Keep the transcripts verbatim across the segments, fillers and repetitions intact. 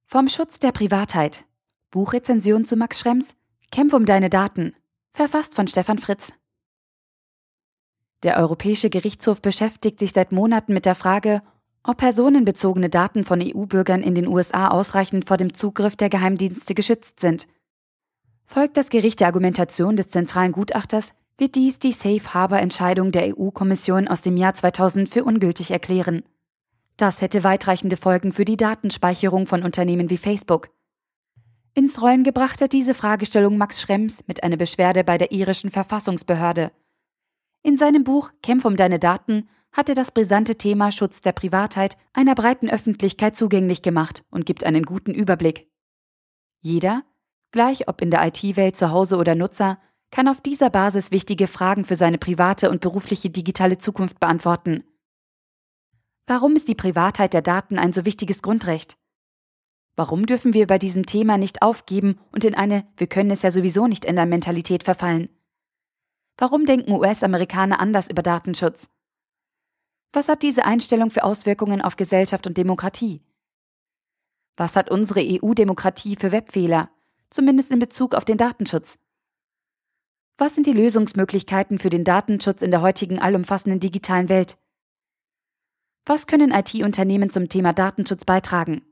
Vom Schutz der Privatheit. Buchrezension zu Max Schrems. Kämpf um deine Daten. Verfasst von Stefan Fritz. Der Europäische Gerichtshof beschäftigt sich seit Monaten mit der Frage, ob personenbezogene Daten von E U-Bürgern in den U S A ausreichend vor dem Zugriff der Geheimdienste geschützt sind. Folgt das Gericht der Argumentation des zentralen Gutachters, wird dies die Safe-Harbor-Entscheidung der E U-Kommission aus dem Jahr zweitausend für ungültig erklären. Das hätte weitreichende Folgen für die Datenspeicherung von Unternehmen wie Facebook. Ins Rollen gebracht hat diese Fragestellung Max Schrems mit einer Beschwerde bei der irischen Verfassungsbehörde. In seinem Buch Kämpf um deine Daten hat er das brisante Thema Schutz der Privatheit einer breiten Öffentlichkeit zugänglich gemacht und gibt einen guten Überblick. Jeder, gleich ob in der I T-Welt zu Hause oder Nutzer, kann auf dieser Basis wichtige Fragen für seine private und berufliche digitale Zukunft beantworten. Warum ist die Privatheit der Daten ein so wichtiges Grundrecht? Warum dürfen wir bei diesem Thema nicht aufgeben und in eine „Wir können es ja sowieso nicht ändern“ Mentalität verfallen? Warum denken U S-Amerikaner anders über Datenschutz? Was hat diese Einstellung für Auswirkungen auf Gesellschaft und Demokratie? Was hat unsere E U-Demokratie für Webfehler, zumindest in Bezug auf den Datenschutz? Was sind die Lösungsmöglichkeiten für den Datenschutz in der heutigen allumfassenden digitalen Welt? Was können I T-Unternehmen zum Thema Datenschutz beitragen?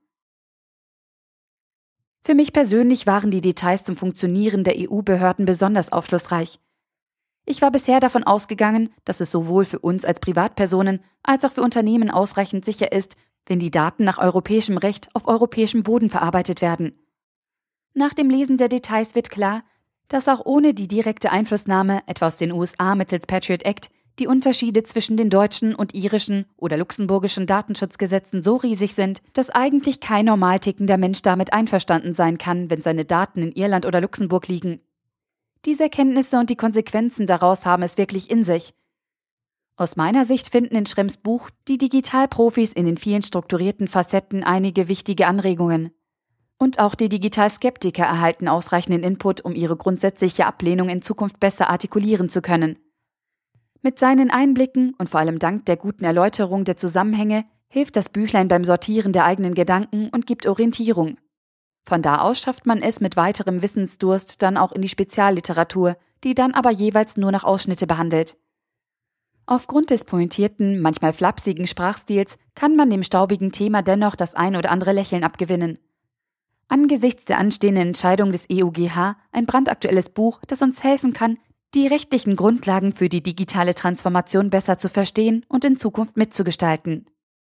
Für mich persönlich waren die Details zum Funktionieren der E U-Behörden besonders aufschlussreich. Ich war bisher davon ausgegangen, dass es sowohl für uns als Privatpersonen als auch für Unternehmen ausreichend sicher ist, wenn die Daten nach europäischem Recht auf europäischem Boden verarbeitet werden. Nach dem Lesen der Details wird klar, dass auch ohne die direkte Einflussnahme, etwa aus den U S A mittels Patriot Act, die Unterschiede zwischen den deutschen und irischen oder luxemburgischen Datenschutzgesetzen so riesig sind, dass eigentlich kein normal tickender Mensch damit einverstanden sein kann, wenn seine Daten in Irland oder Luxemburg liegen. Diese Erkenntnisse und die Konsequenzen daraus haben es wirklich in sich. Aus meiner Sicht finden in Schrems Buch die Digitalprofis in den vielen strukturierten Facetten einige wichtige Anregungen. Und auch die Digitalskeptiker erhalten ausreichenden Input, um ihre grundsätzliche Ablehnung in Zukunft besser artikulieren zu können. Mit seinen Einblicken und vor allem dank der guten Erläuterung der Zusammenhänge hilft das Büchlein beim Sortieren der eigenen Gedanken und gibt Orientierung. Von da aus schafft man es mit weiterem Wissensdurst dann auch in die Spezialliteratur, die dann aber jeweils nur noch Ausschnitte behandelt. Aufgrund des pointierten, manchmal flapsigen Sprachstils kann man dem staubigen Thema dennoch das ein oder andere Lächeln abgewinnen. Angesichts der anstehenden Entscheidung des E U G H ein brandaktuelles Buch, das uns helfen kann, die rechtlichen Grundlagen für die digitale Transformation besser zu verstehen und in Zukunft mitzugestalten.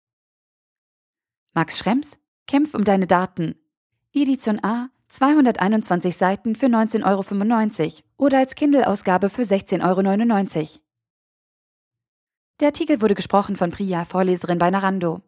Max Schrems, Kämpf um deine Daten. Edition A, zweihunderteinundzwanzig Seiten für neunzehn Euro fünfundneunzig oder als Kindle-Ausgabe für sechzehn Euro neunundneunzig. Der Artikel wurde gesprochen von Priya, Vorleserin bei Narando.